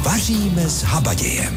Vaříme s Habadějem.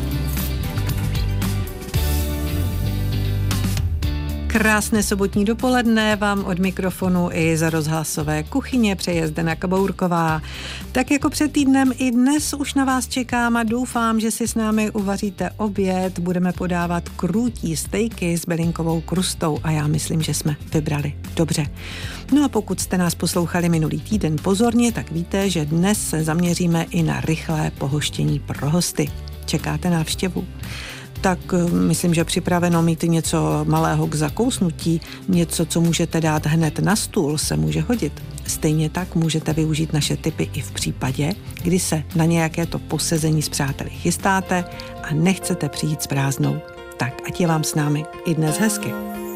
Krásné sobotní dopoledne vám od mikrofonu i za rozhlasové kuchyně přeje Zdena Kabourková. Tak jako před týdnem i dnes už na vás čekám a doufám, že si s námi uvaříte oběd. Budeme podávat krůtí stejky s bylinkovou krustou a já myslím, že jsme vybrali dobře. No a pokud jste nás poslouchali minulý týden pozorně, tak víte, že dnes se zaměříme i na rychlé pohoštění pro hosty. Čekáte návštěvu? Tak myslím, že připraveno mít něco malého k zakousnutí, něco, co můžete dát hned na stůl, se může hodit. Stejně tak můžete využít naše tipy i v případě, kdy se na nějaké to posezení s přáteli chystáte a nechcete přijít s prázdnou. Tak ať je vám s námi i dnes hezky.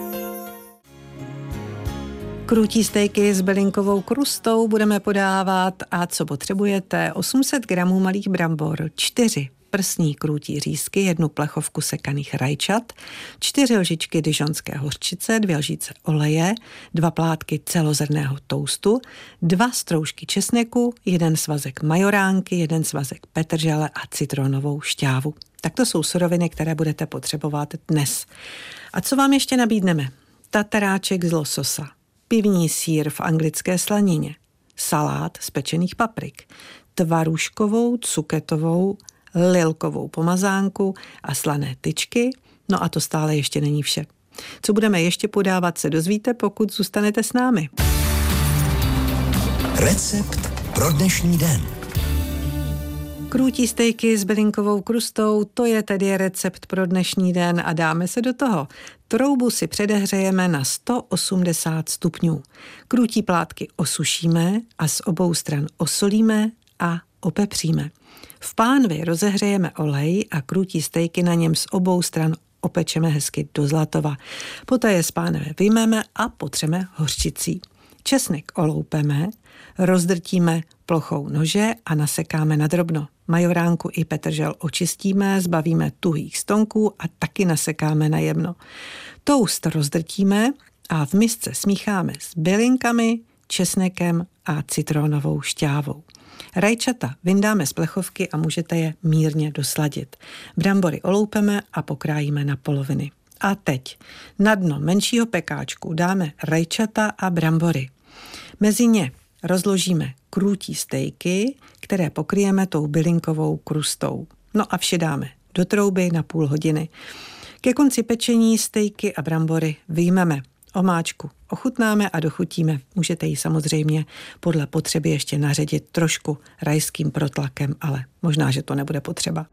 Krůtí stejky s bylinkovou krustou budeme podávat a co potřebujete? 800 gramů malých brambor, 4 prsní krůtí řízky, 1 plechovku sekaných rajčat, 4 lžičky dižonské hořčice, 2 lžíce oleje, 2 plátky celozrnného toustu, 2 stroužky česneku, 1 svazek majoránky, 1 svazek petržele a citronovou šťávu. Tak to jsou suroviny, které budete potřebovat dnes. A co vám ještě nabídneme? Tataráček z lososa, pivní sýr v anglické slanině, salát z pečených paprik, tvaruškovou, cuketovou, lilkovou pomazánku a slané tyčky, no a to stále ještě není vše. Co budeme ještě podávat, se dozvíte, pokud zůstanete s námi. Recept pro dnešní den. Krůtí stejky s bylinkovou krustou, to je tedy recept pro dnešní den a dáme se do toho. Troubu si předehřejeme na 180 stupňů. Krůtí plátky osušíme a z obou stran osolíme a opepříme. V pánvi rozehřejeme olej a krůtí stejky na něm z obou stran opečeme hezky do zlatova. Poté je z pánve vyjmeme a potřeme hořčicí. Česnek oloupeme, rozdrtíme plochou nože a nasekáme nadrobno. Majoránku i petržel očistíme, zbavíme tuhých stonků a taky nasekáme na jemno. Toust rozdrtíme a v misce smícháme s bylinkami, česnekem a citronovou šťávou. Rajčata vyndáme z plechovky a můžete je mírně dosladit. Brambory oloupeme a pokrájíme na poloviny. A teď na dno menšího pekáčku dáme rajčata a brambory. Mezi ně rozložíme krůtí stejky, které pokryjeme tou bylinkovou krustou. No a vše dáme do trouby na půl hodiny. Ke konci pečení stejky a brambory vyjmeme. Omáčku ochutnáme a dochutíme. Můžete ji samozřejmě podle potřeby ještě naředit trošku rajským protlakem, ale možná, že to nebude potřeba.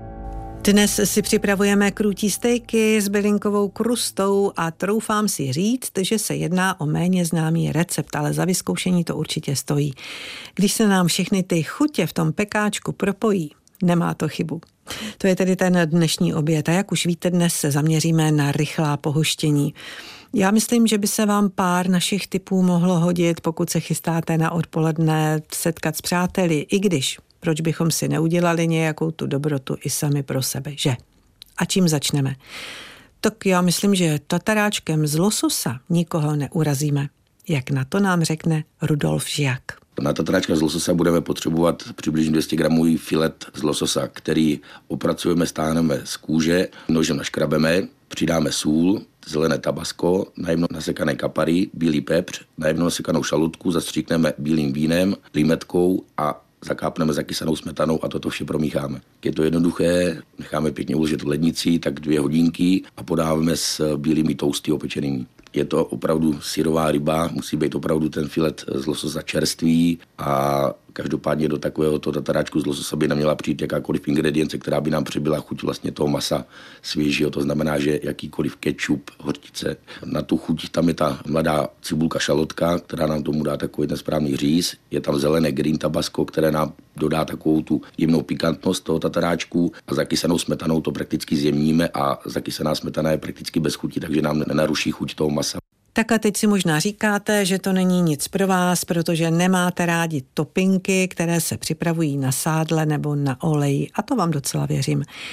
Dnes si připravujeme krůtí stejky s bylinkovou krustou a troufám si říct, že se jedná o méně známý recept, ale za vyzkoušení to určitě stojí. Když se nám všechny ty chutě v tom pekáčku propojí, nemá to chybu. To je tedy ten dnešní oběd a jak už víte, dnes se zaměříme na rychlá pohoštění. Já myslím, že by se vám pár našich tipů mohlo hodit, pokud se chystáte na odpoledne setkat s přáteli, i když, proč bychom si neudělali nějakou tu dobrotu i sami pro sebe, že? A čím začneme? Tak já myslím, že tataráčkem z lososa nikoho neurazíme. Jak na to nám řekne Rudolf Žiak. Na tataráčka z lososa budeme potřebovat přibližně 200 gramový filet z lososa, který opracujeme, stáhneme z kůže, nožem naškrabeme, přidáme sůl, zelené tabasko, najemno nasekané kapary, bílý pepř, najemno nasekanou šalotku, zastříkneme bílým vínem, limetkou a zakápneme zakysanou smetanou a toto vše promícháme. Je to jednoduché, necháme pěkně uložit v lednici, tak 2 hodinky a podáváme s bílými tousty opečenými. Je to opravdu syrová ryba, musí být opravdu ten filet z lososa čerstvý a každopádně do takovéhoto tataráčku z lososa by neměla přijít jakákoliv ingredience, která by nám přebyla chuť vlastně toho masa svěžího. To znamená, že jakýkoliv kečup, hořčice. Na tu chuť tam je ta mladá cibulka šalotka, která nám tomu dá takový ten správný říz. Je tam zelené green tabasco, které nám dodá takovou tu jemnou pikantnost toho tataráčku a zakysanou smetanou to prakticky zjemníme a zakysaná smetana je prakticky bez chuti, takže nám nenaruší chuť toho masa. Tak a teď si možná říkáte, že to není nic pro vás, protože nemáte rádi topinky, které se připravují na sádle nebo na oleji. A to vám docela věřím.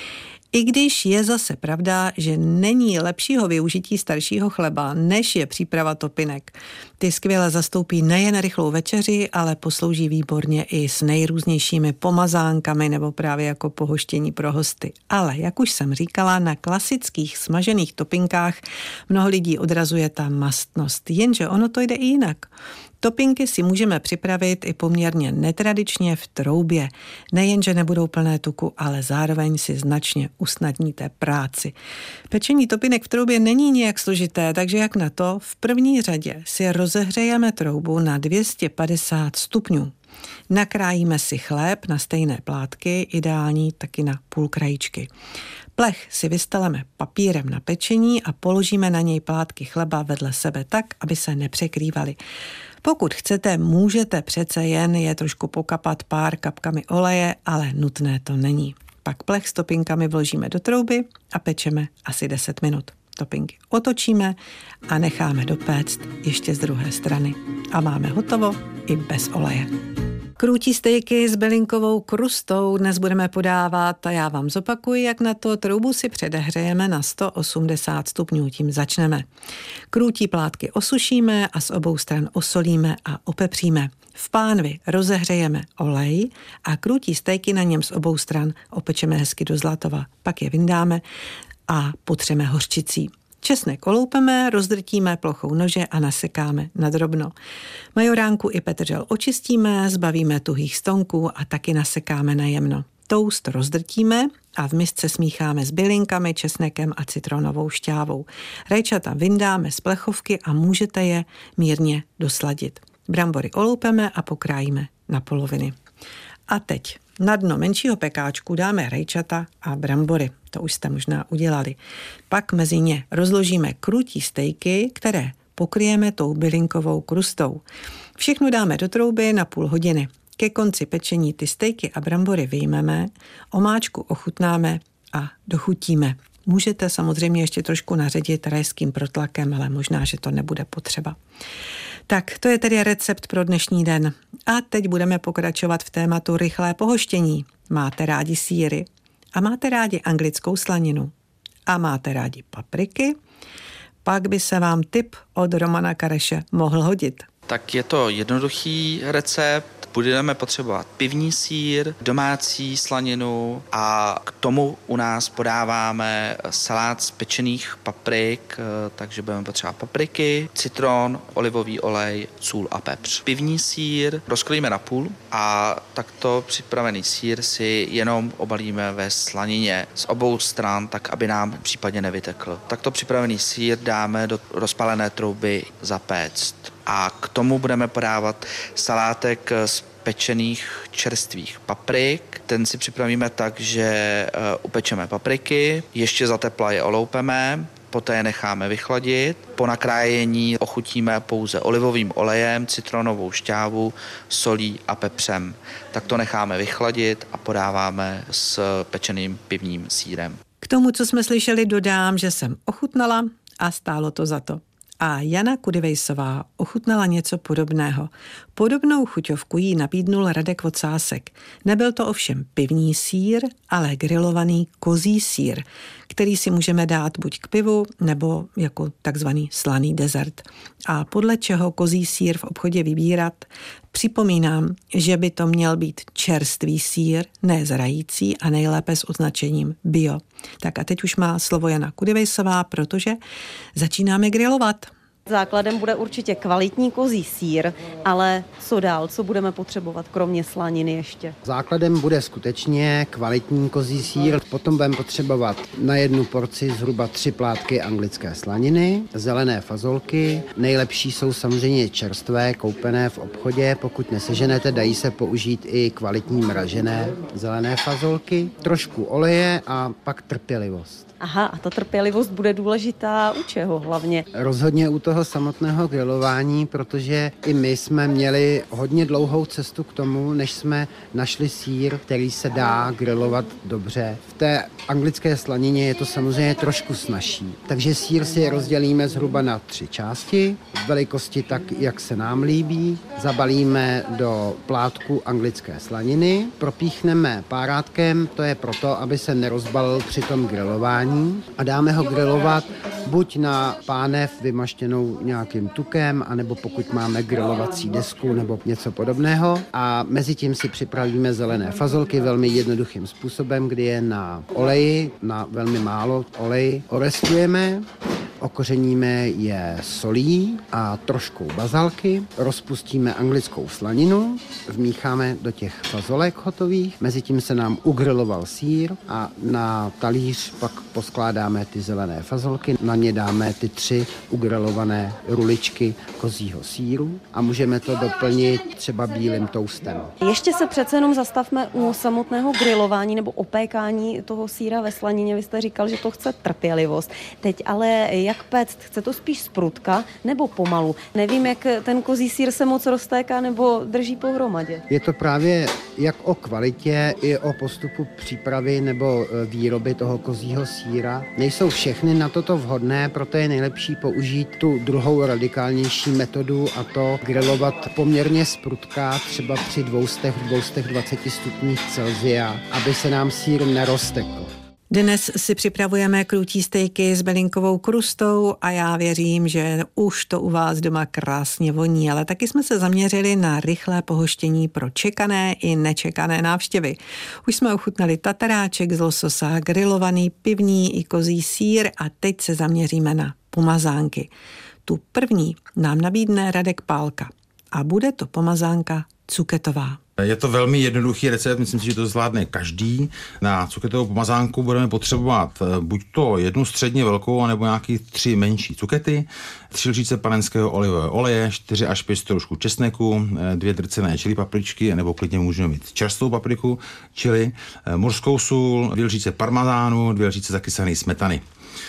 I když je zase pravda, že není lepšího využití staršího chleba, než je příprava topinek. Ty skvěle zastoupí nejen rychlou večeři, ale poslouží výborně i s nejrůznějšími pomazánkami nebo právě jako pohoštění pro hosty. Ale, jak už jsem říkala, na klasických smažených topinkách mnoho lidí odrazuje ta mastnost, jenže ono to jde i jinak. Topinky si můžeme připravit i poměrně netradičně v troubě. Nejenže nebudou plné tuku, ale zároveň si značně usnadníte práci. Pečení topinek v troubě není nijak složité, takže jak na to? V první řadě si rozehřejeme troubu na 250 stupňů. Nakrájíme si chléb na stejné plátky, ideální taky na půl krajíčky. Plech si vysteleme papírem na pečení a položíme na něj plátky chleba vedle sebe tak, aby se nepřekrývaly. Pokud chcete, můžete přece jen je trošku pokapat pár kapkami oleje, ale nutné to není. Pak plech s topinkami vložíme do trouby a pečeme asi 10 minut. Topinky otočíme a necháme dopéct ještě z druhé strany. A máme hotovo i bez oleje. Krůtí stejky s bylinkovou krustou dnes budeme podávat a já vám zopakuji, jak na to. Troubu si předehřejeme na 180 stupňů, tím začneme. Krůtí plátky osušíme a z obou stran osolíme a opepříme. V pánvi rozehřejeme olej a krůtí stejky na něm z obou stran opečeme hezky do zlatova. Pak je vyndáme a potřeme hořčicí. Česnek oloupeme, rozdrtíme plochou nože a nasekáme na drobno. Majoránku i petržel očistíme, zbavíme tuhých stonků a taky nasekáme na jemno. Toust rozdrtíme a v misce smícháme s bylinkami, česnekem a citronovou šťávou. Rajčata vyndáme z plechovky a můžete je mírně dosladit. Brambory oloupeme a pokrájíme na poloviny. A teď na dno menšího pekáčku dáme rajčata a brambory. To už jste možná udělali. Pak mezi ně rozložíme krůtí stejky, které pokryjeme tou bylinkovou krustou. Všechno dáme do trouby na půl hodiny. Ke konci pečení ty stejky a brambory vyjmeme, omáčku ochutnáme a dochutíme. Můžete samozřejmě ještě trošku naředit rajským protlakem, ale možná, že to nebude potřeba. Tak, to je tedy recept pro dnešní den. A teď budeme pokračovat v tématu rychlé pohoštění. Máte rádi sýry? A máte rádi anglickou slaninu? A máte rádi papriky? Pak by se vám tip od Romana Kareše mohl hodit. Tak je to jednoduchý recept. Budeme potřebovat pivní sýr, domácí slaninu a k tomu u nás podáváme salát z pečených paprik, takže budeme potřebovat papriky, citron, olivový olej, sůl a pepř. Pivní sýr rozkrojíme na půl a takto připravený sýr si jenom obalíme ve slanině z obou stran, tak aby nám případně nevytekl. Takto připravený sýr dáme do rozpálené trouby zapéct. A k tomu budeme podávat salátek z pečených čerstvých paprik. Ten si připravíme tak, že upečeme papriky, ještě za tepla je oloupeme, poté je necháme vychladit. Po nakrájení ochutíme pouze olivovým olejem, citronovou šťávu, solí a pepřem. Tak to necháme vychladit a podáváme s pečeným pivním sýrem. K tomu, co jsme slyšeli, dodám, že jsem ochutnala a stálo to za to. A Jana Kudivejsová ochutnala něco podobného. Podobnou chuťovku jí nabídnul Radek Vocásek. Nebyl to ovšem pivní sýr, ale grilovaný kozí sýr, který si můžeme dát buď k pivu, nebo jako takzvaný slaný dezert. A podle čeho kozí sýr v obchodě vybírat? Připomínám, že by to měl být čerstvý sýr, ne zrající a nejlépe s označením bio. Tak a teď už má slovo Jana Kudivejsová, protože začínáme grilovat. Základem bude určitě kvalitní kozí sýr, ale co dál, co budeme potřebovat kromě slaniny ještě? Základem bude skutečně kvalitní kozí sýr, potom budeme potřebovat na jednu porci zhruba 3 plátky anglické slaniny, zelené fazolky, nejlepší jsou samozřejmě čerstvé, koupené v obchodě, pokud neseženete, dají se použít i kvalitní mražené zelené fazolky, trošku oleje a pak trpělivost. Aha, a ta trpělivost bude důležitá u čeho hlavně? Rozhodně u toho toho samotného grilování, protože i my jsme měli hodně dlouhou cestu k tomu, než jsme našli sýr, který se dá grilovat dobře. V té anglické slanině je to samozřejmě trošku snazší. Takže sýr si rozdělíme zhruba na 3 části, velikosti tak, jak se nám líbí. Zabalíme do plátku anglické slaniny, propíchneme párátkem, to je proto, aby se nerozbalil při tom grilování, a dáme ho grilovat buď na pánev vymaštěnou nějakým tukem, anebo pokud máme grilovací desku nebo něco podobného. A mezi tím si připravíme zelené fazolky velmi jednoduchým způsobem, kdy je na oleji, na velmi málo oleji, orestujeme, okořeníme je solí a troškou bazalky, rozpustíme anglickou slaninu, vmícháme do těch fazolek hotových, mezi tím se nám ugriloval sýr a na talíř pak poskládáme ty zelené fazolky, na ně dáme ty 3 ugrilované ruličky kozího sýru a můžeme to doplnit třeba bílým toustem. Ještě se přece jenom zastavme u samotného grilování nebo opékání toho sýra ve slanině. Vy jste říkal, že to chce trpělivost. Teď ale jak péct? Chce to spíš zprudka nebo pomalu? Nevím, jak ten kozí sýr se moc roztéká nebo drží pohromadě. Je to právě jak o kvalitě i o postupu přípravy nebo výroby toho kozího sýra. Nejsou všechny na toto vhodné, proto je nejlepší použít tu druhou radikálnější metodu, a to grilovat poměrně zprudka, třeba při 220 stupních Celsia, aby se nám sýr neroztekl. Dnes si připravujeme krůtí stejky s bylinkovou krustou a já věřím, že už to u vás doma krásně voní, ale taky jsme se zaměřili na rychlé pohoštění pro čekané i nečekané návštěvy. Už jsme ochutnali tataráček z lososa, grilovaný pivní i kozí sýr a teď se zaměříme na pomazánky. Tu první nám nabídne Radek Pálka a bude to pomazánka cuketová. Je to velmi jednoduchý recept, myslím si, že to zvládne každý. Na cuketovou pomazánku budeme potřebovat buď to 1 středně velkou, nebo nějaký 3 menší cukety, 3 lžíce panenského olivového oleje, 4 až 5 stroužků česneku, 2 drcené chili papričky, nebo klidně můžeme mít čerstvou papriku, chili, mořskou sůl, 2 lžíce parmazánu, 2 lžíce zakysané smetany.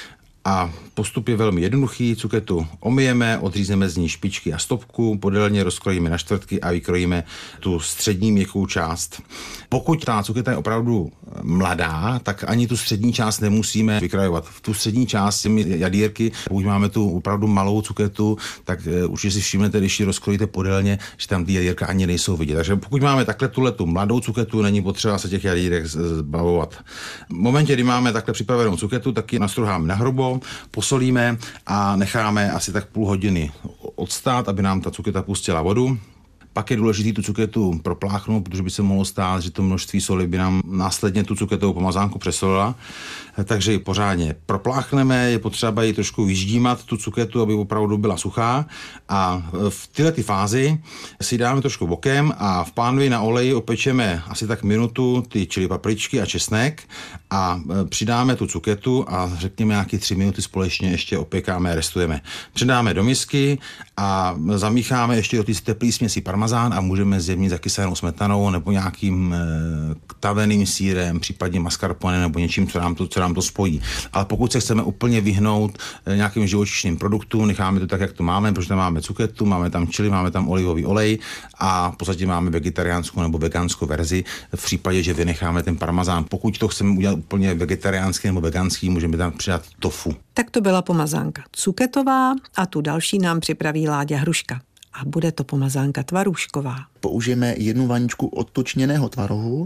A postup je velmi jednoduchý, cuketu omyjeme, odřízneme z ní špičky a stopku, podélně rozkrojíme na čtvrtky a vykrojíme tu střední měkkou část. Pokud ta cuketa je opravdu mladá, tak ani tu střední část nemusíme vykrajovat. V tu střední část těmi jadírky, pokud máme tu opravdu malou cuketu, tak určitě si všimnete, když ji rozkrojíte podélně, že tam ty jadírka ani nejsou vidět. Takže pokud máme takhle tu mladou cuketu, není potřeba se těch jadírek zbavovat. V momentě, kdy máme takhle připravenou cuketu, tak ji nastruháme na hrubo, posolíme a necháme asi tak půl hodiny odstát, aby nám ta cuketa pustila vodu. Pak je důležité tu cuketu propláchnout, protože by se mohlo stát, že to množství soli by nám následně tu cuketovou pomazánku přesolila. Takže ji pořádně propláchneme, je potřeba ji trošku vyždímat, tu cuketu, aby opravdu byla suchá. A v této fázi si dáme trošku bokem a v pánvi na oleji opečeme asi tak minutu ty chili papričky a česnek a přidáme tu cuketu a řekněme nějaký 3 minuty společně ještě opěkáme, restujeme. Přidáme do misky a zamícháme ještě do té teplé směsi parmazán a můžeme zjemnit zakysanou smetanou nebo nějakým taveným sýrem, případně mascarpone nebo něčím, co nám to spojí. Ale pokud se chceme úplně vyhnout nějakým živočišným produktům, necháme to tak, jak to máme, protože tam máme cuketu, máme tam chili, máme tam olivový olej a v podstatě máme vegetariánskou nebo veganskou verzi v případě, že vynecháme ten parmazán. Pokud to chceme udělat úplně vegetariánský nebo veganský, můžeme tam přidat tofu. Tak to byla pomazánka cuketová a tu další nám připraví Láďa Hruška. A bude to pomazánka tvarůžková. Použijeme 1 vaničku odtučněného tvarohu,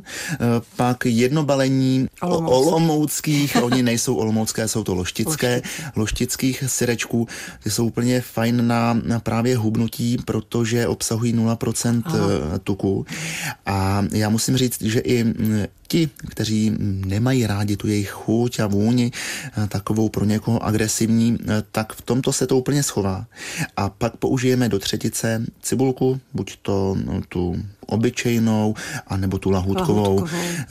pak 1 balení olomouckých, oni nejsou olomoucké, jsou to loštických syrečků, ty jsou úplně fajn na právě hubnutí, protože obsahují 0% tuku. A já musím říct, že i ti, kteří nemají rádi tu jejich chuť a vůni, takovou pro někoho agresivní, tak v tomto se to úplně schová. A pak použijeme do třetice cibulku, buď to tu obyčejnou, anebo tu lahůdkovou,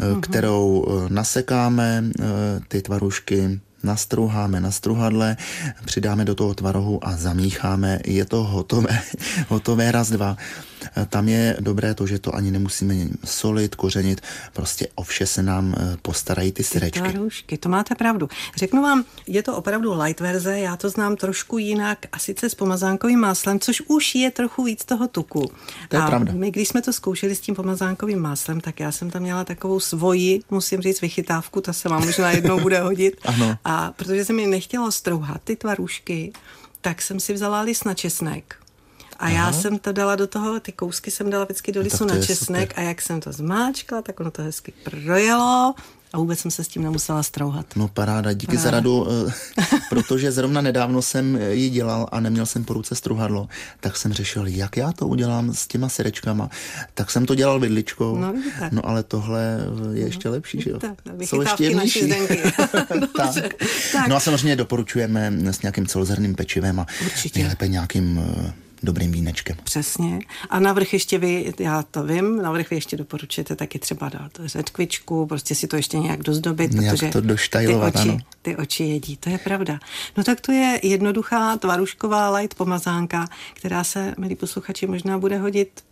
kterou nasekáme, ty tvarušky nastrouháme na struhadle, přidáme do toho tvarohu a zamícháme. Je to hotové raz, dva. Tam je dobré to, že to ani nemusíme solit, kořenit, prostě o vše se nám postarají ty syrečky. Tvarušky, to máte pravdu. Řeknu vám, je to opravdu light verze, já to znám trošku jinak, a sice s pomazánkovým máslem, což už je trochu víc toho tuku. To je pravda. My, když jsme to zkoušeli s tím pomazánkovým máslem, tak já jsem tam měla takovou svoji, musím říct, vychytávku, ta se vám možná jednou bude hodit. Ano. A protože se mi nechtělo strouhat ty tvarušky, tak jsem si vzala lis na česnek. A já jsem to dala do toho, ty kousky jsem dala vždycky do lisu na česnek super. A jak jsem to zmáčkla, tak ono to hezky projelo a vůbec jsem se s tím nemusela strouhat. No paráda, díky za radu, protože zrovna nedávno jsem ji dělal a neměl jsem po ruce struhadlo, tak jsem řešil, jak já to udělám s těma syrečkama. Tak jsem to dělal vidličkou, no ale tohle je ještě lepší, že jo? Jsou ještě jemnější. Tak. No a samozřejmě doporučujeme s nějakým celozrnným pečivem a nejlépe nějakým dobrým vínečkem. Přesně. A navrch ještě vy, já to vím, navrch vy ještě doporučujete taky třeba dát řetkvičku, prostě si to ještě nějak dozdobit, protože to doštajlovat, ty oči jedí, to je pravda. No tak to je jednoduchá tvarušková light pomazánka, která se, milí posluchači, možná bude hodit.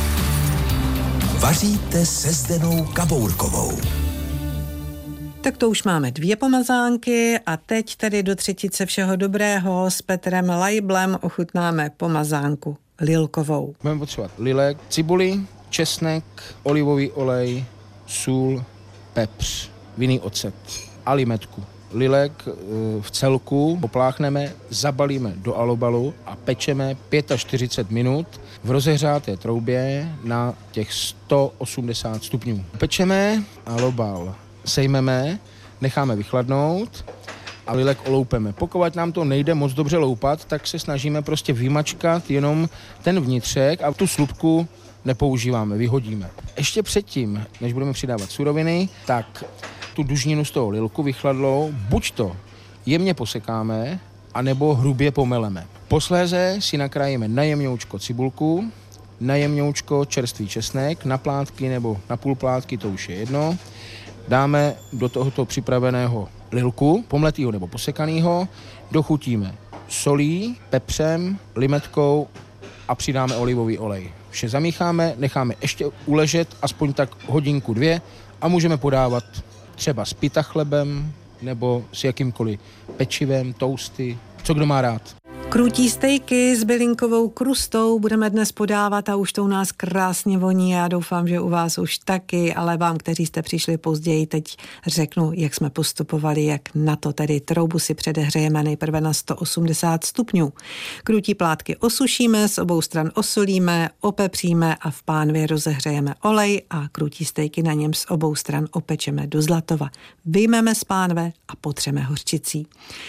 Vaříte se Zdenou Kabourkovou. Tak to už máme 2 pomazánky a teď tady do třetice všeho dobrého s Petrem Lajblem ochutnáme pomazánku lilkovou. Budeme potřebovat lilek, cibuli, česnek, olivový olej, sůl, pepř, vinný ocet a limetku. Lilek v celku popláchneme, zabalíme do alobalu a pečeme 45 minut v rozehřáté troubě na těch 180 stupňů. Pečeme, alobal sejmeme, necháme vychladnout a lilek oloupeme. Pokud nám to nejde moc dobře loupat, tak se snažíme prostě vymačkat jenom ten vnitřek a tu slupku nepoužíváme, vyhodíme. Ještě předtím, než budeme přidávat suroviny, tak tu dužninu z toho lilku vychladlou, buď to jemně posekáme, anebo hrubě pomeleme. Posléze si nakrájíme na jemňoučko cibulku, na jemňoučko čerstvý česnek, na plátky nebo na půl plátky, to už je jedno. Dáme do tohoto připraveného lilku, pomletýho nebo posekanýho, dochutíme solí, pepřem, limetkou a přidáme olivový olej. Vše zamícháme, necháme ještě uležet aspoň tak hodinku 2 a můžeme podávat třeba s pita chlebem nebo s jakýmkoliv pečivem, toasty, co kdo má rád. Krutí stejky s bylinkovou krustou budeme dnes podávat a už to u nás krásně voní. Já doufám, že u vás už taky, ale vám, kteří jste přišli později, teď řeknu, jak jsme postupovali, jak na to tedy troubu si předehřejeme nejprve na 180 stupňů. Krutí plátky osušíme, z obou stran osolíme, opepříme a v pánvi rozehřejeme olej a krutí stejky na něm z obou stran opečeme do zlatova. Vyjmeme z pánve a potřeme hořčicí.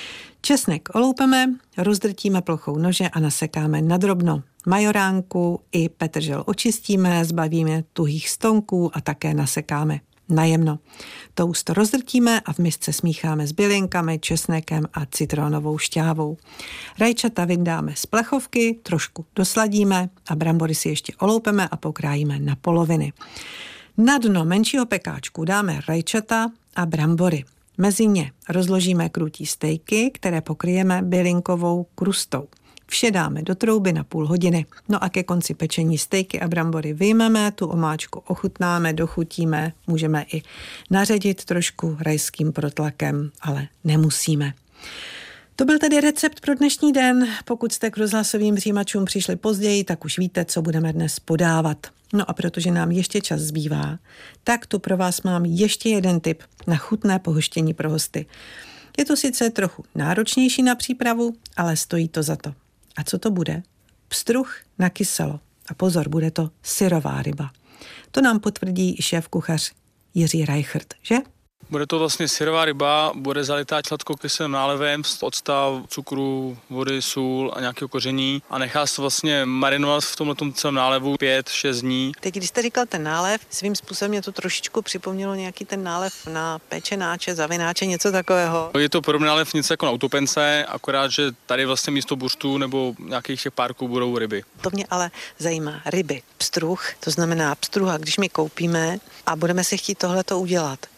Česnek oloupeme, rozdrtíme plochou nože a nasekáme nadrobno. Majoránku i petržel očistíme, zbavíme tuhých stonků a také nasekáme najemno. Toust rozdrtíme a v misce smícháme s bylinkami, česnekem a citronovou šťávou. Rajčata vyndáme z plechovky, trošku dosladíme a brambory si ještě oloupeme a pokrájíme na poloviny. Na dno menšího pekáčku dáme rajčata a brambory. Mezi ně rozložíme krutí stejky, které pokryjeme bylinkovou krustou. Vše dáme do trouby na půl hodiny. No a ke konci pečení stejky a brambory vyjmeme, tu omáčku ochutnáme, dochutíme, můžeme i naředit trošku rajským protlakem, ale nemusíme. To byl tedy recept pro dnešní den. Pokud jste k rozhlasovým přijímačům přišli později, tak už víte, co budeme dnes podávat. No a protože nám ještě čas zbývá, tak tu pro vás mám ještě jeden tip na chutné pohoštění pro hosty. Je to sice trochu náročnější na přípravu, ale stojí to za to. A co to bude? Pstruh na kyselo. A pozor, bude to syrová ryba. To nám potvrdí i šéf-kuchař Jiří Reichert, že? Bude to vlastně syrová ryba, bude zalitá sladkokyselým nálevem z octa, cukru, vody, sůl a nějakého koření a nechá se vlastně marinovat v tomhletom celém nálevu 5-6 dní. Teď, když jste říkal ten nálev, svým způsobem mě to trošičku připomnělo nějaký ten nálev na pečenáče, zavináče, něco takového. Je to podobný nálev něco jako na utopence, akorát, že tady vlastně místo buřtů nebo nějakých těch párků budou ryby. To mě ale zajímá. Ryby, pstruh, to znamená pstruha, když my koupíme a budeme si chtít tohleto udělat, budeme z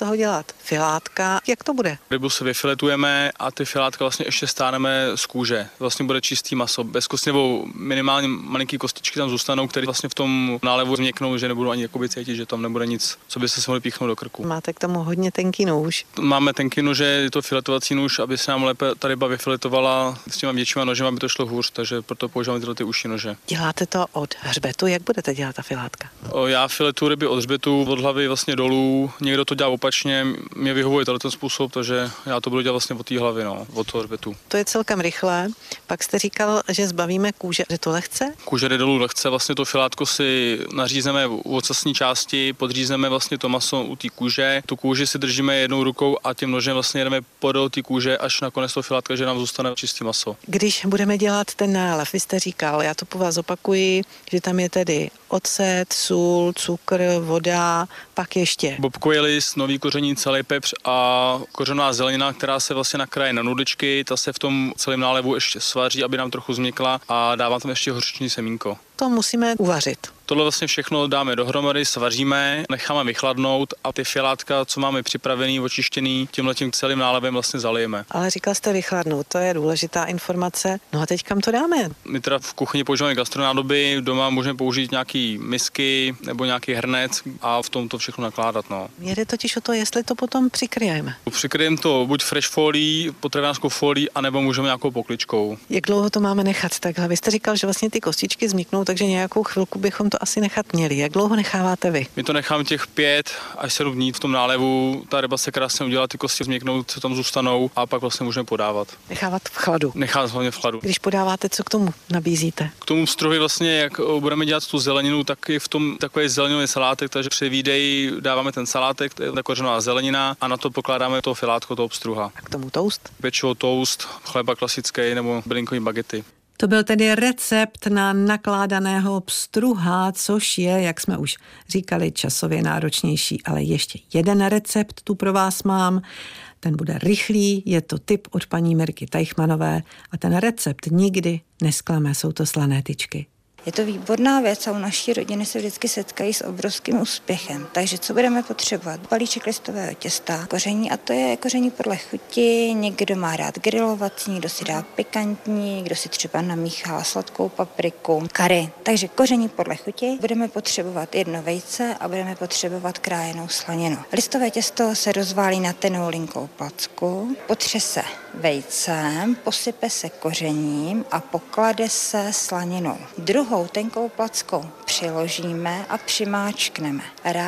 toho dělat filátka. Jak to bude? Rybu se vyfiletujeme a ty filátka vlastně ještě stáneme z kůže. Vlastně bude čistý maso, bez kosti nebo minimálně malinký kostičky tam zůstanou, které vlastně v tom nálevu změknou, že nebudou ani jakoby cítit, že tam nebude nic, co by se mohli píchnout do krku. Máte k tomu hodně tenký nůž. Máme tenký nůže, je to filetovací nůž, aby se nám lépe ta ryba vyfiletovala s těma většíma nožema, aby to šlo hůř, takže proto používáme tyhle ty užší nože. Děláte to od hřbetu, jak budete dělat ta filátka? Já filetuji ryby od hřbetu, od hlavy vlastně dolů, někdo to dělá opačně, mě vyhovuje ten způsob, takže já to budu dělat vlastně od té hlavy, od toho hřbetu. To je celkem rychlé. Pak jste říkal, že zbavíme kůže, že to lehce? Kůže jde dolů lehce, vlastně to filátko si nařízneme u ocasní části, podřízneme vlastně to maso u té kůže. Tu kůži si držíme jednou rukou a tím nožem vlastně jedeme podél té kůže až na konec toho filátka, že nám zůstane čistý maso. Když budeme dělat ten nálev, vy jste říkal, já to po vás opakuji, že tam je tedy ocet, sůl, cukr, voda, pak ještě bobkový list, nový koření, celý pepř a kořenová zelenina, která se vlastně nakráje na nudičky, ta se v tom celém nálevu ještě svaří, aby nám trochu změkla a dávám tam ještě hořčiční semínko. To musíme uvařit. Tohle vlastně všechno dáme dohromady, svaříme, necháme vychladnout a ty filátka, co máme připravený, očištěný, tímhletím celým nálevem vlastně zalijeme. Ale říkal jste vychladnout, to je důležitá informace. No a teď kam to dáme? My teda v kuchyni používáme gastronádoby, doma můžeme použít nějaký misky nebo nějaký hrnec a v tom to všechno nakládat. Mě jde totiž o to, jestli to potom přikryjeme. Přikryjeme to buď fresh folií, potravinářskou folií, anebo můžeme nějakou pokličkou. Jak dlouho to máme nechat takhle? Vy jste říkal, že vlastně ty kostičky zmiknou, takže nějakou chvilku bychom to asi nechat měli. Jak dlouho necháváte vy? My to necháme těch 5 až 7 dní v tom nálevu. Ta ryba se krásně udělá, ty kosti změknou, co tam zůstanou a pak vlastně můžeme podávat. Nechávat v chladu. Nechávat hlavně v chladu. Když podáváte, co k tomu nabízíte? K tomu pstruhy vlastně, jak budeme dělat tu zeleninu, tak i v tom takový zeleninový salátek, takže při výdeji dáváme ten salátek, to je ta kořenová zelenina a na to pokládáme to filátko, toho pstruha. A k tomu toast? Pečivo, toast, chleba klasický nebo bylinkový bagety. To byl tedy recept na nakládaného pstruha, což je, jak jsme už říkali, časově náročnější, ale ještě jeden recept tu pro vás mám. Ten bude rychlý, je to tip od paní Mirky Teichmannové a ten recept nikdy nesklame, jsou to slané tyčky. Je to výborná věc a u naší rodiny se vždycky setkají s obrovským úspěchem. Takže co budeme potřebovat? Balíček listového těsta, koření a to je koření podle chuti. Někdo má rád grilovací, někdo si dá pikantní, někdo si třeba namíchá sladkou papriku, kary. Takže koření podle chuti. Budeme potřebovat 1 vejce a budeme potřebovat krájenou slaninu. Listové těsto se rozválí na tennou linkou placku, potře se vejcem, posype se kořením a poklade se slaninou. Druhou tenkou plackou přiložíme a přimáčkneme.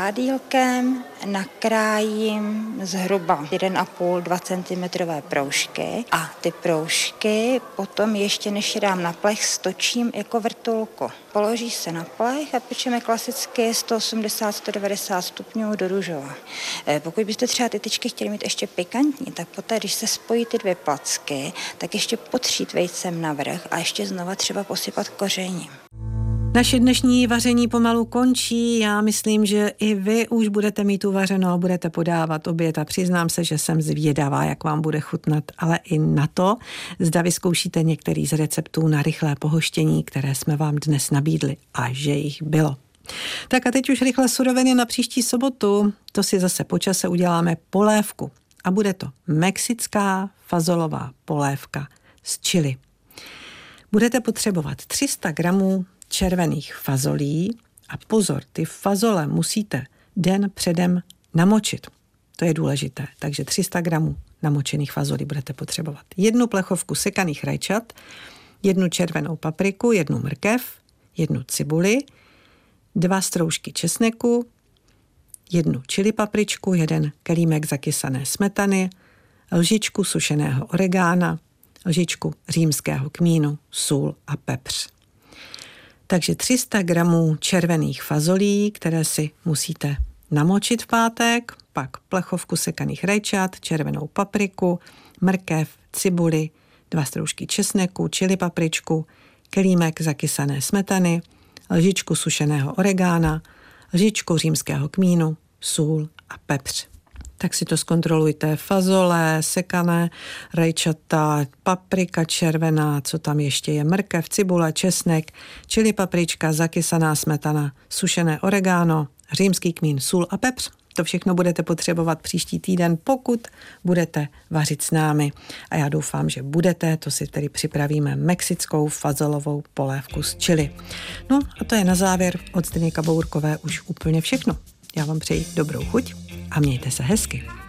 Rádílkem nakrájím zhruba 1,5-2 cm proužky a ty proužky potom ještě než je dám na plech stočím jako vrtulku. Položí se na plech a pečeme klasicky 180-190 stupňů do růžova. Pokud byste třeba ty tyčky chtěli mít ještě pikantní, tak poté, když se spojí ty 2 placky, tak ještě potřít vejcem navrch a ještě znova třeba posypat kořením. Naše dnešní vaření pomalu končí. Já myslím, že i vy už budete mít uvařeno a budete podávat oběd a přiznám se, že jsem zvědavá, jak vám bude chutnat, ale i na to, zda vyzkoušíte některý z receptů na rychlé pohoštění, které jsme vám dnes nabídli a že jich bylo. Tak a teď už rychle suroviny na příští sobotu. To si zase po čase uděláme polévku a bude to mexická fazolová polévka s chili. Budete potřebovat 300 gramů červených fazolí a pozor, ty fazole musíte den předem namočit. To je důležité, takže 300 gramů namočených fazolí budete potřebovat. 1 plechovku sekaných rajčat, 1 červenou papriku, 1 mrkev, 1 cibuli, 2 stroužky česneku, 1 čili papričku, 1 kelímek zakysané smetany, lžičku sušeného oregána, lžičku římského kmínu, sůl a pepř. Takže 300 gramů červených fazolí, které si musíte namočit v pátek, pak plechovku sekaných rajčat, červenou papriku, mrkev, cibuli, 2 stroužky česneku, čili papričku, kelímek zakysané smetany, lžičku sušeného oregána, lžičku římského kmínu, sůl a pepř. Tak si to zkontrolujte. Fazole, sekané rajčata, paprika červená, co tam ještě je, mrkev, cibule, česnek, čili paprička, zakysaná smetana, sušené oregano, římský kmín, sůl a pepř. To všechno budete potřebovat příští týden, pokud budete vařit s námi. A já doufám, že budete, to si tedy připravíme mexickou fazolovou polévku s chili. No a to je na závěr od Zdeněka Bourkové už úplně všechno. Já vám přeji dobrou chuť a mějte se hezky.